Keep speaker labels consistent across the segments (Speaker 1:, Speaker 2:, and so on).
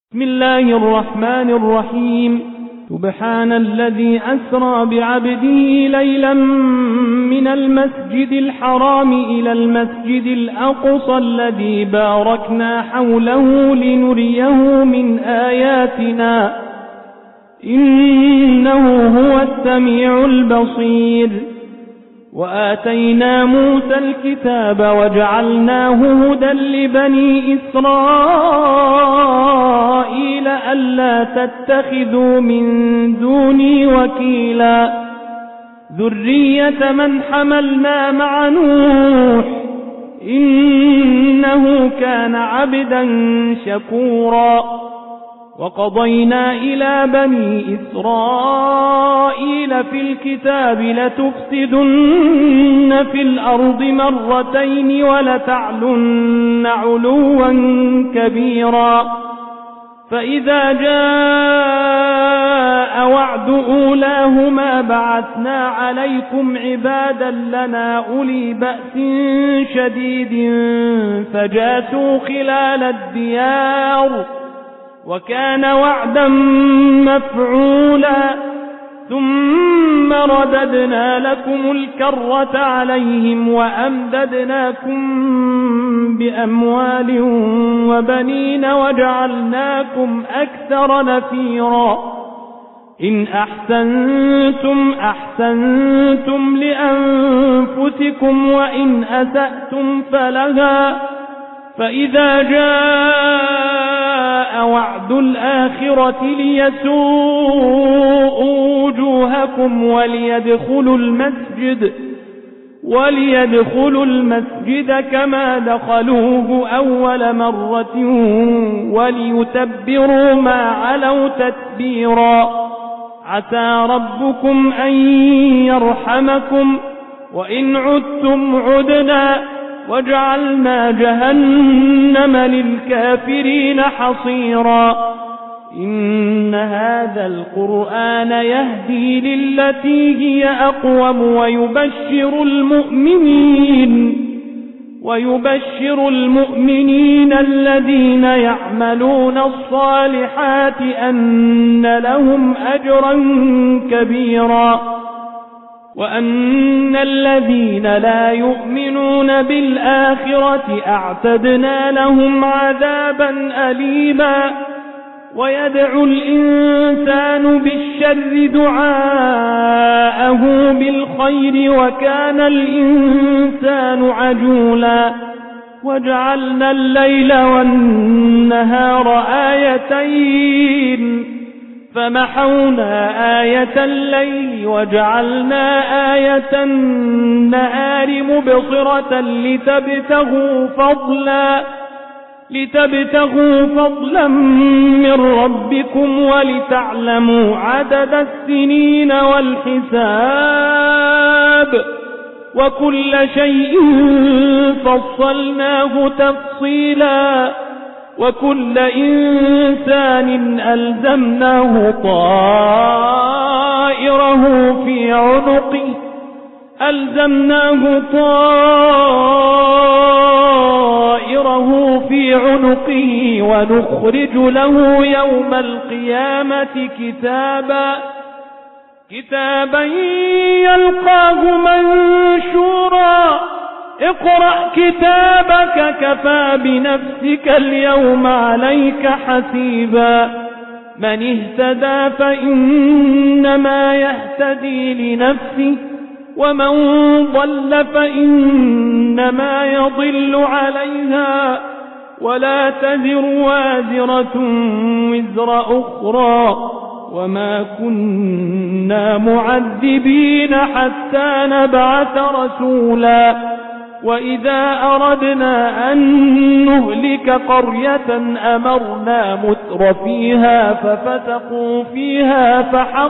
Speaker 1: بسم الله الرحمن الرحيم. سبحان الذي أسرى بعبده ليلا من المسجد الحرام إلى المسجد الأقصى الذي باركنا حوله لنريه من آياتنا إنه هو السميع البصير. وآتينا موسى الكتاب وجعلناه هدى لبني إسرائيل ألا تتخذوا من دوني وكيلا ذرية من حملنا مع نوح إنه كان عبدا شكورا. وقضينا إلى بني إسرائيل في الكتاب لتفسدن في الأرض مرتين ولتعلن علوا كبيرا. فإذا جاء وعد أولاهما بعثنا عليكم عبادا لنا أولي بأس شديد فجاسوا خلال الديار وكان وعدا مفعولا. ثم رددنا لكم الكرة عليهم وأمددناكم بأموال وبنين وجعلناكم أكثر نفيرا. إن أحسنتم أحسنتم لأنفسكم وإن أسأتم فلها. فإذا جاء وعد الآخرة ليسوءوا وجوهكم وليدخلوا المسجد كما دخلوه أول مرة وليتبروا ما علوا تتبيرا. عسى ربكم أن يرحمكم وإن عدتم عدنا وجعلنا جهنم للكافرين حصيرا. إن هذا القرآن يهدي للتي هي أقوم ويبشر المؤمنين الذين يعملون الصالحات أن لهم أجرا كبيرا. وأن الذين لا يؤمنون بالآخرة أعتدنا لهم عذابا أليما. ويدعو الإنسان بالشر دعاءه بالخير وكان الإنسان عجولا. وجعلنا الليل والنهار آيتين فمحونا آية الليل وجعلنا آية النهار مبصرة لتبتغوا فضلا من ربكم ولتعلموا عدد السنين والحساب وكل شيء فصلناه تفصيلا. وكل إنسان ألزمناه طائره في عنقه ونخرج له يوم القيامة كتابا يلقاه منشورا. اقرأ كتابك كفى بنفسك اليوم عليك حسيبا. من اهتدى فإنما يهتدي لنفسه ومن ضل فإنما يضل عليها ولا تزر وازرة وزر أخرى وما كنا معذبين حتى نبعث رسولا. وإذا أردنا أن نهلك قرية أمرنا متر فيها ففتقوا فيها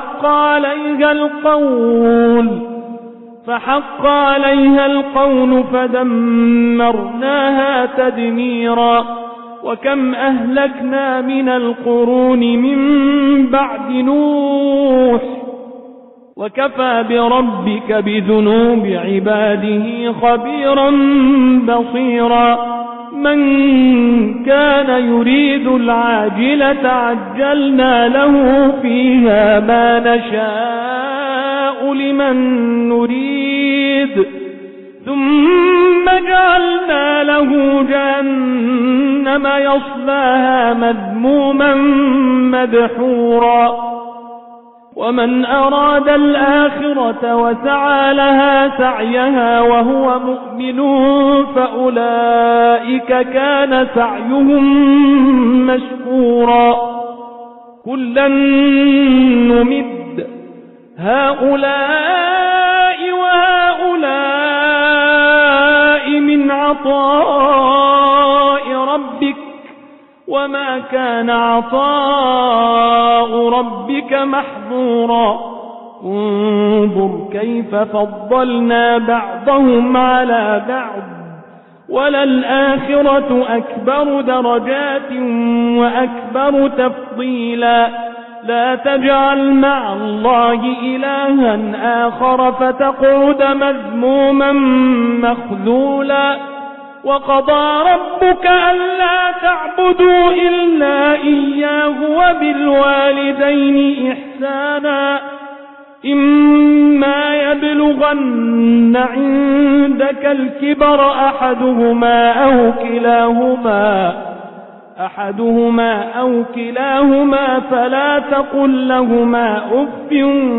Speaker 1: فحق عليها القول فدمرناها تدميرا. وكم أهلكنا من القرون من بعد نوح وكفى بربك بذنوب عباده خبيرا بصيرا. من كان يريد العاجلة عجلنا له فيها ما نشاء لمن نريد ثم جعلنا له جهنم يصلاها مذموما مدحورا ومن أراد الآخرة وسعى لها سعيها وهو مؤمن فأولئك كان سعيهم مشكورا كلا نمد هؤلاء وهؤلاء من عطاء ربك وما كان عطاء ربك محظورا انظر كيف فضلنا بعضهم على بعض وللآخرة أكبر درجات وأكبر تفضيلا لا تجعل مع الله إلها آخر فتقعد مذموما مخذولا وقضى ربك ألا تعبدوا إلا إياه وبالوالدين إحسانا إما يبلغن عندك الكبر أحدهما أو كلاهما فلا تقل لهما أف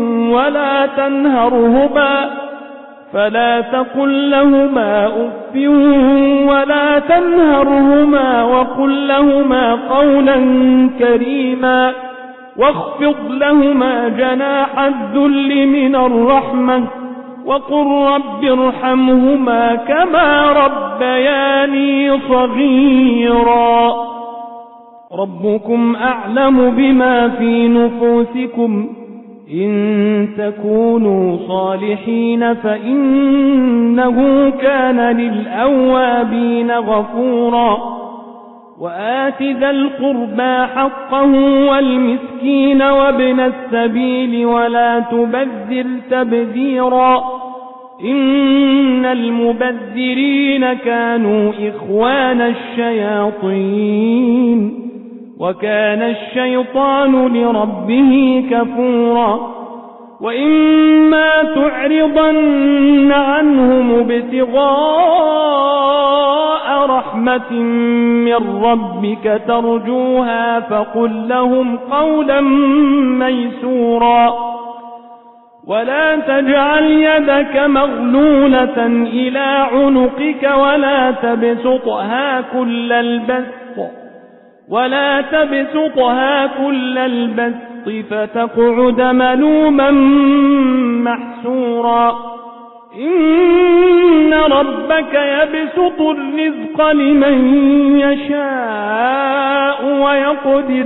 Speaker 1: ولا تنهرهما وقل لهما قولا كريما واخفض لهما جناح الذل من الرحمة وقل رب ارحمهما كما ربياني صغيرا ربكم أعلم بما في نفوسكم إن تكونوا صالحين فإنه كان للأوابين غفورا وآت ذا القربى حقه والمسكين وابن السبيل ولا تبذر تبذيرا إن المبذرين كانوا إخوان الشياطين وكان الشيطان لربه كفورا وإما تعرضن عنهم ابتغاء رحمة من ربك ترجوها فقل لهم قولا ميسورا ولا تجعل يدك مغلولة إلى عنقك ولا تبسطها كل البسط فتقعد ملوما محسورا إن ربك يبسط الرزق لمن يشاء ويقدر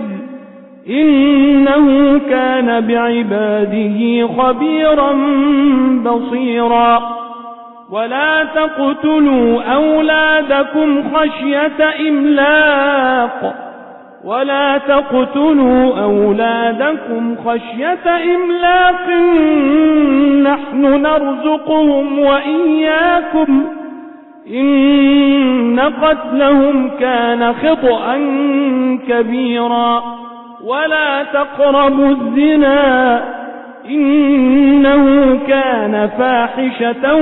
Speaker 1: إنه كان بعباده خبيرا بصيرا ولا تقتلوا أولادكم خشية إملاق نحن نرزقهم وإياكم إن قتلهم كان خطأ كبيرا ولا تقربوا الزنا إنه كان فاحشة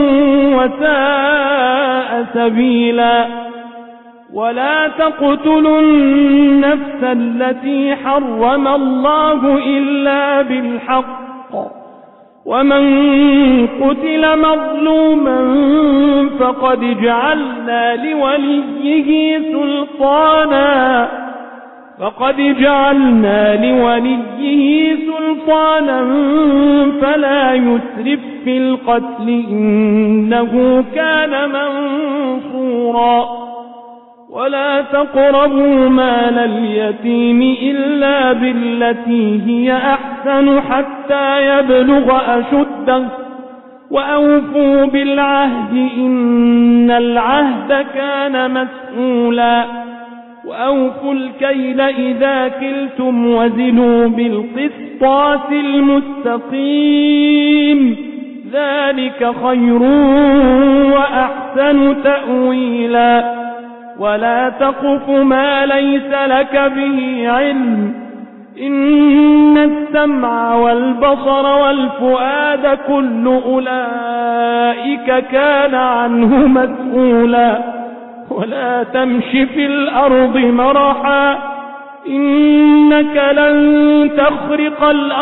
Speaker 1: وساء سبيلا ولا تقتلوا النفس التي حرم الله إلا بالحق ومن قتل مظلوما فقد جعلنا لوليه سلطانا فلا يسرف في القتل إنه كان منصورا ولا تقربوا مال اليتيم إلا بالتي هي أحسن حتى يبلغ أشده وأوفوا بالعهد إن العهد كان مسؤولا وأوفوا الكيل إذا كلتم وزنوا بالقسطاس المستقيم ذلك خير وأحسن تأويلا ولا تقف ما ليس لك به علم، إن السمع والبصر والفؤاد كل أولئك كان عنه مسؤولا. ولا تمش في الأرض مرحا، إنك لن تخرق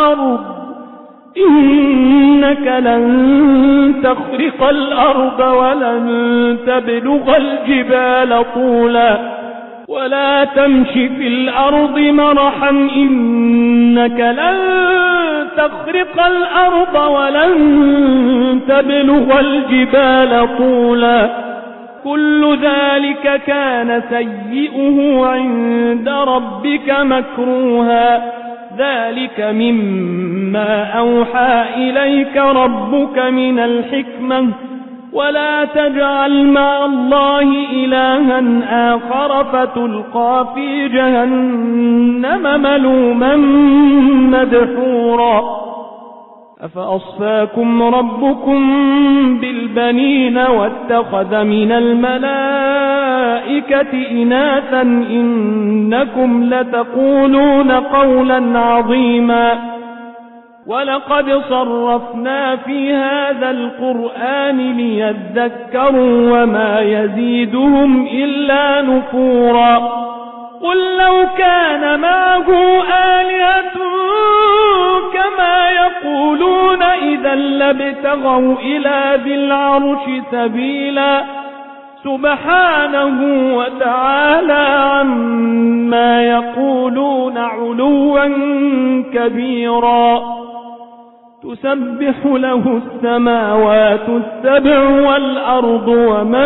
Speaker 1: الأرض ولن تبلغ الجبال طولا. ولا تمش في الأرض مرحا، إنك لن تخرق الأرض ولن تبلغ الجبال طولا. كل ذلك كان سيئه عند ربك مكروها. ذلك مما أوحى إليك ربك من الحكمة. ولا تجعل مع الله إلها آخر فتلقى في جهنم ملوما مدحورا. أفأصفاكم ربكم بالبنين واتخذ من الملائكة إناثا إنكم لتقولون قولا عظيما. ولقد صرفنا في هذا القرآن ليذكروا وما يزيدهم إلا نفورا. قل لو كان معه آلهة كما يقولون إذا لابتغوا إلى ذي العرش سبيلا. سبحانه وتعالى عما يقولون علوا كبيرا. تسبح له السماوات السبع والأرض ومن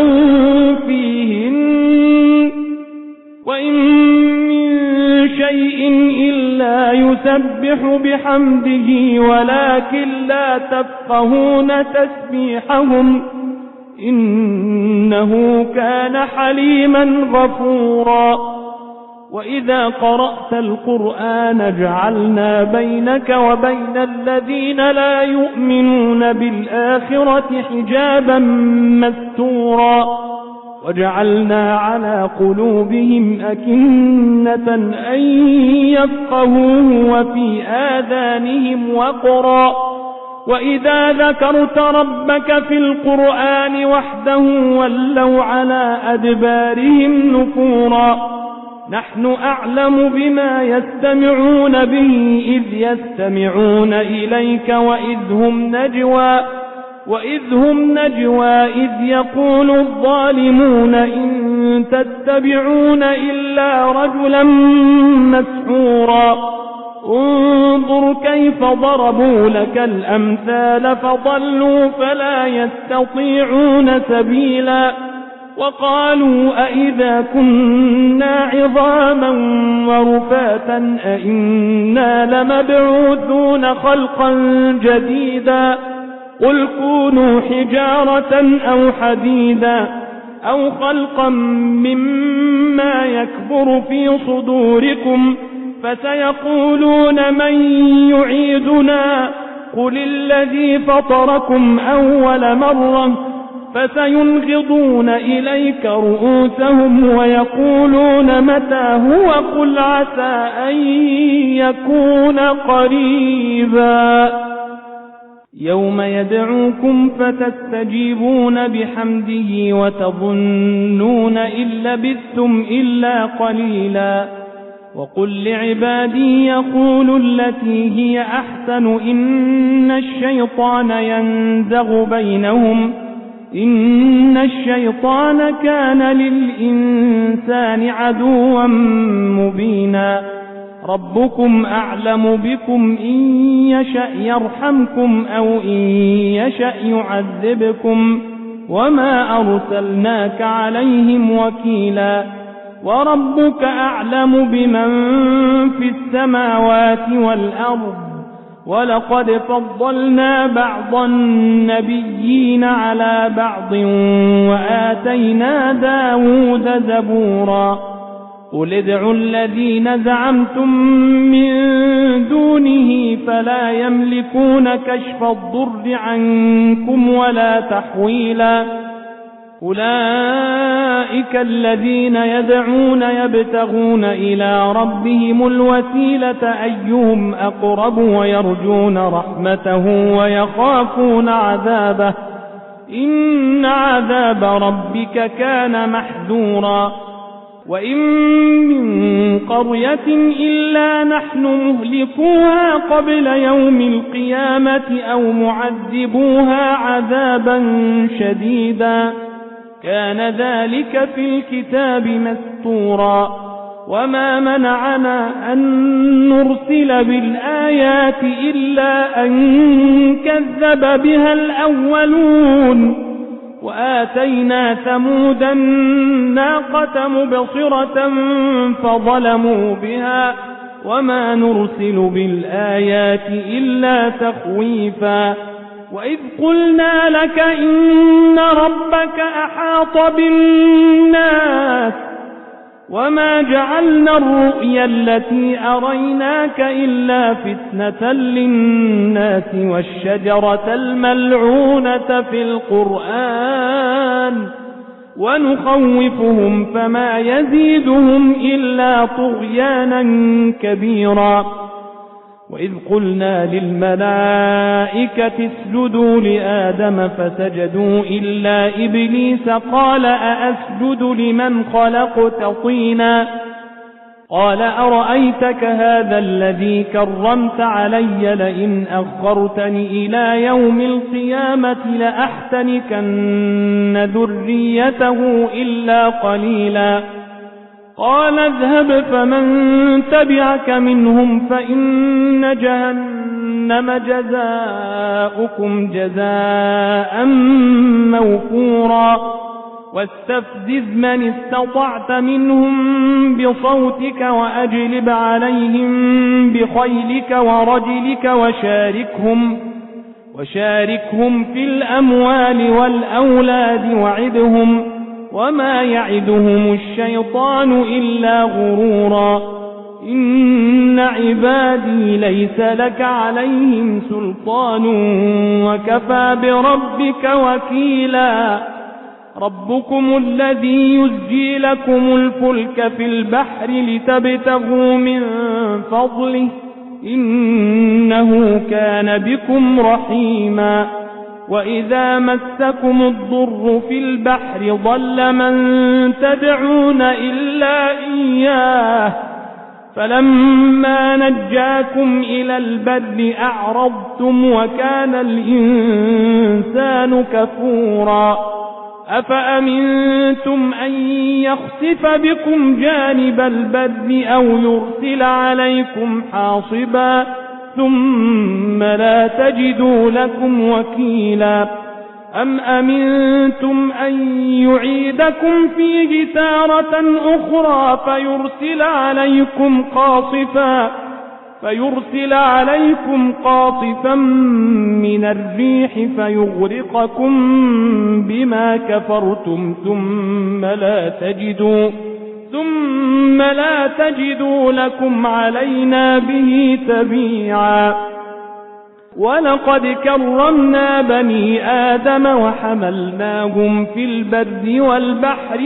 Speaker 1: فيهن، وإن من شيء إلا يسبح بحمده ولكن لا تفقهون تسبيحهم إنه كان حليما غفورا. وإذا قرأت القرآن جعلنا بينك وبين الذين لا يؤمنون بالآخرة حجابا مستورا. وجعلنا على قلوبهم أكنة أن يفقهوه وفي آذانهم وقرا. وإذا ذكرت ربك في القرآن وحده ولوا على أدبارهم نفورا. نحن أعلم بما يستمعون به إذ يستمعون إليك وإذ هم نجوى إذ يقول الظالمون إن تتبعون إلا رجلا مسحورا. انظر كيف ضربوا لك الأمثال فضلوا فلا يستطيعون سبيلا. وقالوا أئذا كنا عظاما ورفاتا أئنا لمبعوثون خلقا جديدا. قل كونوا حجارة أو حديدا أو خلقا مما يكبر في صدوركم فسيقولون من يعيدنا قل الذي فطركم أول مرة فسينغضون إليك رؤوسهم ويقولون متى هو قل عسى أن يكون قريبا. يوم يدعوكم فتستجيبون بحمده وتظنون إن لبثتم إلا قليلا. وقل لعبادي يقولوا التي هي أحسن إن الشيطان ينزغ بينهم إن الشيطان كان للإنسان عدوا مبينا. ربكم أعلم بكم إن يشأ يرحمكم أو إن يشأ يعذبكم وما أرسلناك عليهم وكيلا. وربك أعلم بمن في السماوات والأرض ولقد فضلنا بعض النبيين على بعض وآتينا داود زبورا. قل ادعوا الذين زعمتم من دونه فلا يملكون كشف الضر عنكم ولا تحويلا. أولئك الذين يدعون يبتغون إلى ربهم الوسيلة أيهم أقرب ويرجون رحمته ويخافون عذابه إن عذاب ربك كان محذورا وإن من قرية إلا نحن مهلكوها قبل يوم القيامة أو معذبوها عذابا شديدا كان ذلك في الكتاب مسطورا وما منعنا أن نرسل بالآيات إلا أن كذب بها الأولون وآتينا ثمود الناقة مبصرة فظلموا بها وما نرسل بالآيات إلا تخويفا وإذ قلنا لك إن ربك أحاط بالناس وما جعلنا الرؤيا التي أريناك إلا فتنة للناس والشجرة الملعونة في القرآن ونخوفهم فما يزيدهم إلا طغيانا كبيرا وإذ قلنا للملائكة اسجدوا لآدم فسجدوا إلا إبليس قال أأسجد لمن خلقت طينا قال أرأيتك هذا الذي كرمت علي لئن أخرتني إلى يوم القيامة لأحتنكن ذريته إلا قليلا قال اذهب فمن تبعك منهم فإن جهنم جزاؤكم جزاء موفورا واستفزز من استطعت منهم بصوتك وأجلب عليهم بخيلك ورجلك وشاركهم في الأموال والأولاد وعدهم وما يعدهم الشيطان إلا غرورا إن عبادي ليس لك عليهم سلطان وكفى بربك وكيلا ربكم الذي يزجي لكم الفلك في البحر لتبتغوا من فضله إنه كان بكم رحيما وإذا مسكم الضر في البحر ضل من تدعون إلا إياه فلما نجاكم إلى البر أعرضتم وكان الإنسان كفورا أفأمنتم أن يخسف بكم جانب البر أو يرسل عليكم حاصبا ثم لا تجدوا لكم وكيلا أم أمنتم أن يعيدكم فيه تارة أخرى فيرسل عليكم قاصفا من الريح فيغرقكم بما كفرتم ثم لا تجدوا لكم علينا به تبيعا ولقد كرمنا بني آدم وحملناهم في البر والبحر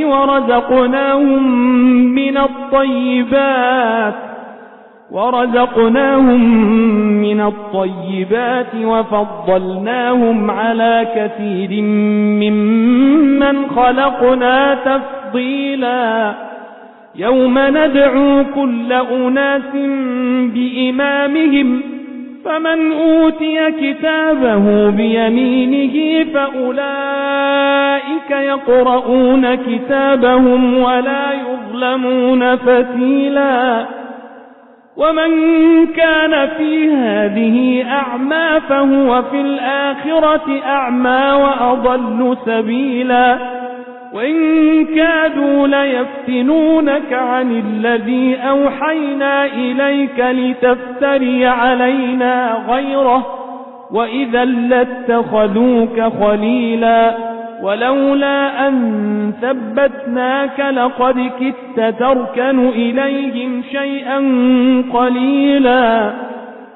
Speaker 1: ورزقناهم من الطيبات وفضلناهم على كثير ممن خلقنا تفضيلا يوم ندعو كل أناس بإمامهم فمن أوتي كتابه بيمينه فأولئك يقرؤون كتابهم ولا يظلمون فتيلا ومن كان في هذه أعمى فهو في الآخرة أعمى وأضل سبيلا وإن كادوا ليفتنونك عن الذي أوحينا إليك لتفتري علينا غيره وإذا لاتخذوك خليلا ولولا أن ثبتناك لقد كدت تركن إليهم شيئا قليلا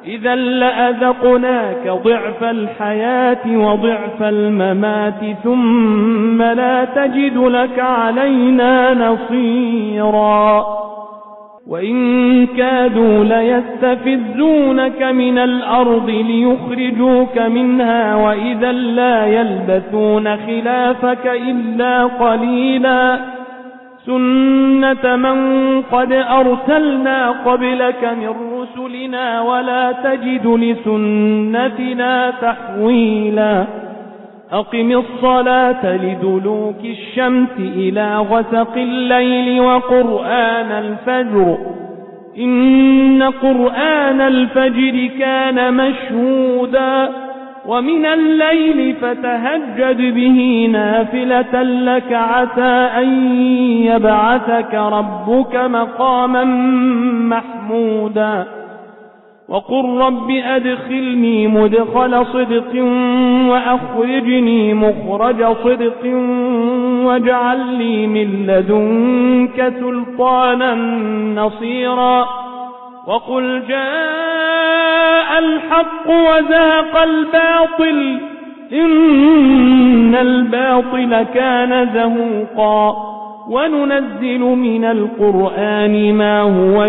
Speaker 1: إذا لأذقناك ضعف الحياة وضعف الممات ثم لا تجد لك علينا نصيرا وإن كادوا ليستفزونك من الأرض ليخرجوك منها وإذا لا يلبثون خلافك إلا قليلا سنة من قد أرسلنا قبلك من رسلنا ولا تجد لسنتنا تحويلا أقم الصلاة لدلوك الشمس إلى غسق الليل وقرآن الفجر إن قرآن الفجر كان مشهودا ومن الليل فتهجد به نافلة لك عسى أن يبعثك ربك مقاما محمودا وقل رب أدخلني مدخل صدق وأخرجني مخرج صدق واجعل لي من لدنك سلطانا نصيرا وقل جاء الحق وزهق الباطل إن الباطل كان زهوقا وننزل من القرآن ما هو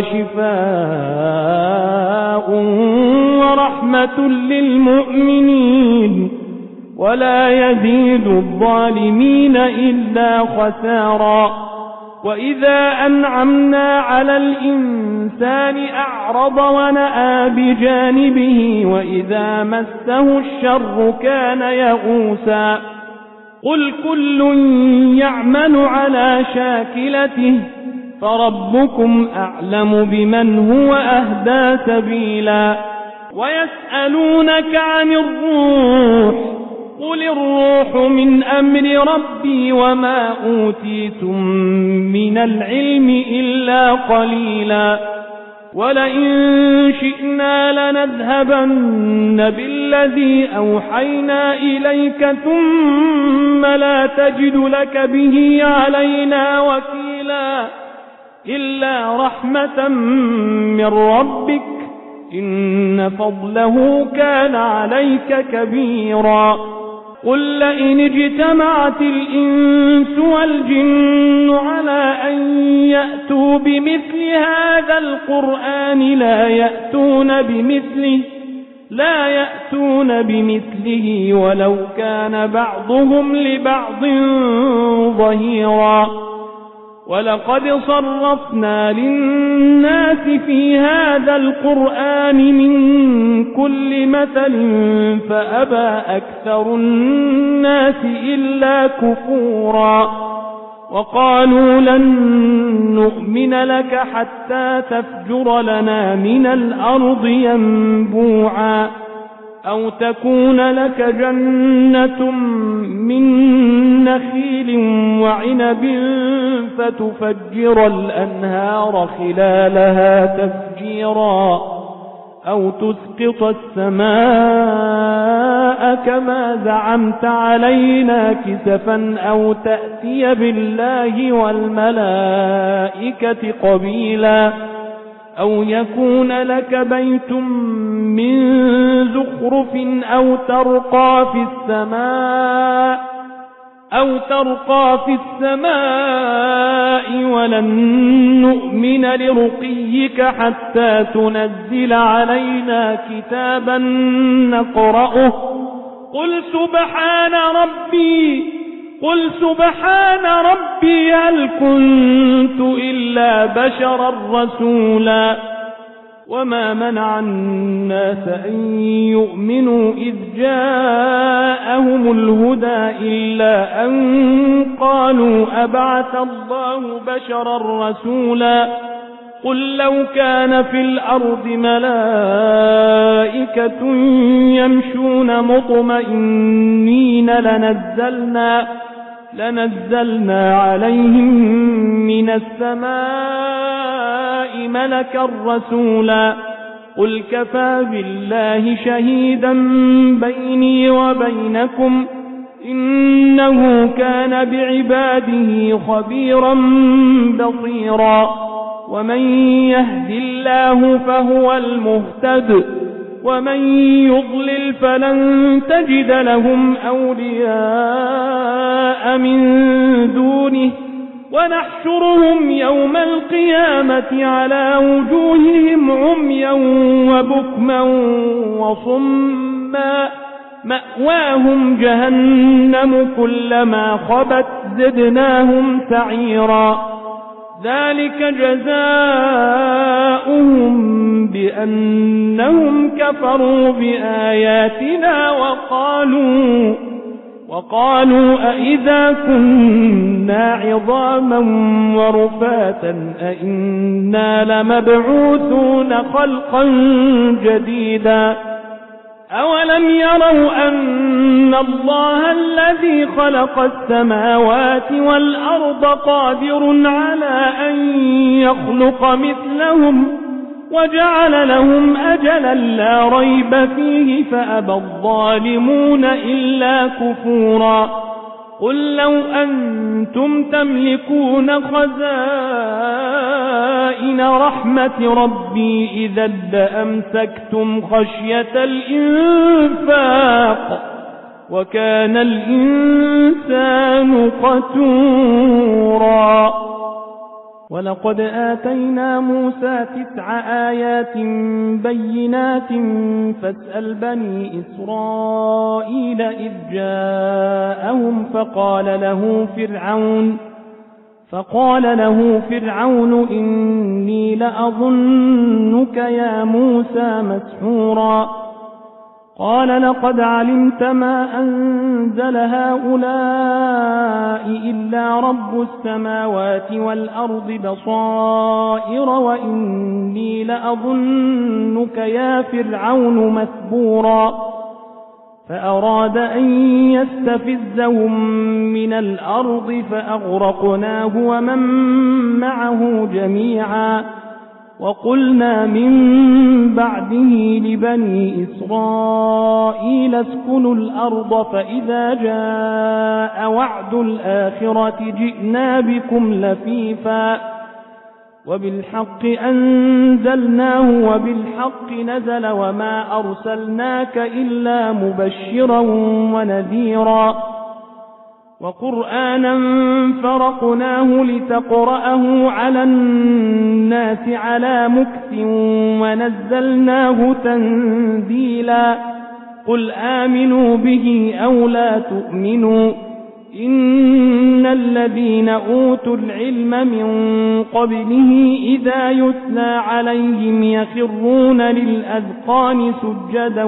Speaker 1: شفاء ورحمة للمؤمنين ولا يزيد الظالمين إلا خسارا وإذا أنعمنا على الإنسان أعرض ونأى بجانبه وإذا مسه الشر كان يئوسا قل كل يعمل على شاكلته فربكم أعلم بمن هو أهدى سبيلا ويسألونك عن الروح قل الروح من أمر ربي وما أوتيتم من العلم إلا قليلا ولئن شئنا لنذهبن بالذي أوحينا إليك ثم لا تجد لك به علينا وكيلا إلا رحمة من ربك إن فضله كان عليك كبيرا قل لئن اجتمعت الإنس والجن على أن يأتوا بمثل هذا القرآن لا يأتون بمثله ولو كان بعضهم لبعض ظهيرا ولقد صرفنا للناس في هذا القرآن من كل مثل فأبى أكثر الناس إلا كفورا وقالوا لن نؤمن لك حتى تفجر لنا من الأرض ينبوعا أو تكون لك جنة من نخيل وعنب فتفجر الأنهار خلالها تفجيرا أو تسقط السماء كما زعمت علينا كسفا أو تأتي بالله والملائكة قبيلا أو يكون لك بيت من زخرف أو ترقى في السماء ولن نؤمن لرقيك حتى تنزل علينا كتابا نقرأه قل سبحان ربي هل كنت إلا بشرا رسولا وما منع الناس أن يؤمنوا إذ جاءهم الهدى إلا أن قالوا أبعث الله بشرا رسولا قل لو كان في الأرض ملائكة يمشون مطمئنين لنزلنا عليهم من السماء ملكا رسولا قل كفى بالله شهيدا بيني وبينكم إنه كان بعباده خبيرا بصيرا ومن يهد الله فهو المهتد ومن يضلل فلن تجد لهم أولياء من دونه ونحشرهم يوم القيامة على وجوههم عميا وبكما وصما مأواهم جهنم كلما خبت زدناهم سعيرا ذلك جزاؤهم بأنهم كفروا بآياتنا وقالوا أئذا كنا عظاما ورفاتا أئنا لمبعوثون خلقا جديدا أولم يروا أن الله الذي خلق السماوات والأرض قادر على أن يخلق مثلهم وجعل لهم أجلا لا ريب فيه فأبى الظالمون إلا كفورا قل لو أنتم تملكون خزائن رحمة ربي إذا لأمسكتم خشية الإنفاق وكان الإنسان قتورا ولقد آتينا موسى 9 آيات بينات فاسأل بني إسرائيل إذ جاءهم فقال له فرعون إني لأظنك يا موسى مسحورا قال لقد علمت ما أنزل هؤلاء إلا رب السماوات والأرض بصائر وإني لأظنك يا فرعون مثبورا فأراد أن يستفزهم من الأرض فأغرقناه ومن معه جميعا وقلنا من بعده لبني إسرائيل اسكنوا الأرض فإذا جاء وعد الآخرة جئنا بكم لفيفا وبالحق أنزلناه وبالحق نزل وما أرسلناك إلا مبشرا ونذيرا وقرآنا فرقناه لتقرأه على الناس على مكث ونزلناه تنزيلا قل آمنوا به أو لا تؤمنوا إن الذين أوتوا العلم من قبله إذا يتلى عليهم يخرون للأذقان سجدا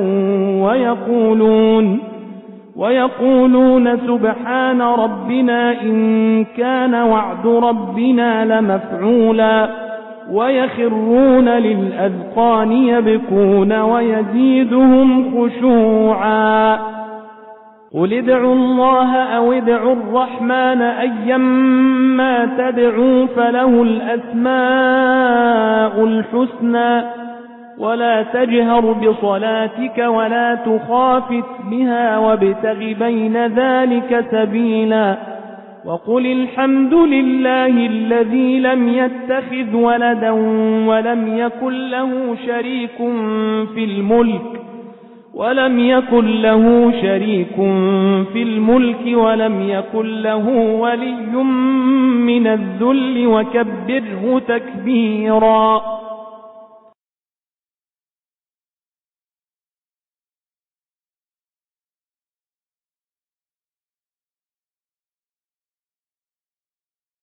Speaker 1: ويقولون سبحان ربنا إن كان وعد ربنا لمفعولا ويخرون للأذقان يبكون ويزيدهم خشوعا قل ادعوا الله أو ادعوا الرحمن أيما تدعوا فله الأسماء الحسنى ولا تجهر بصلاتك ولا تخافت بها وابتغ بين ذلك سبيلا وقل الحمد لله الذي لم يتخذ ولدا ولم يكن له شريك في الملك ولم يكن له ولي من الذل وكبره تكبيرا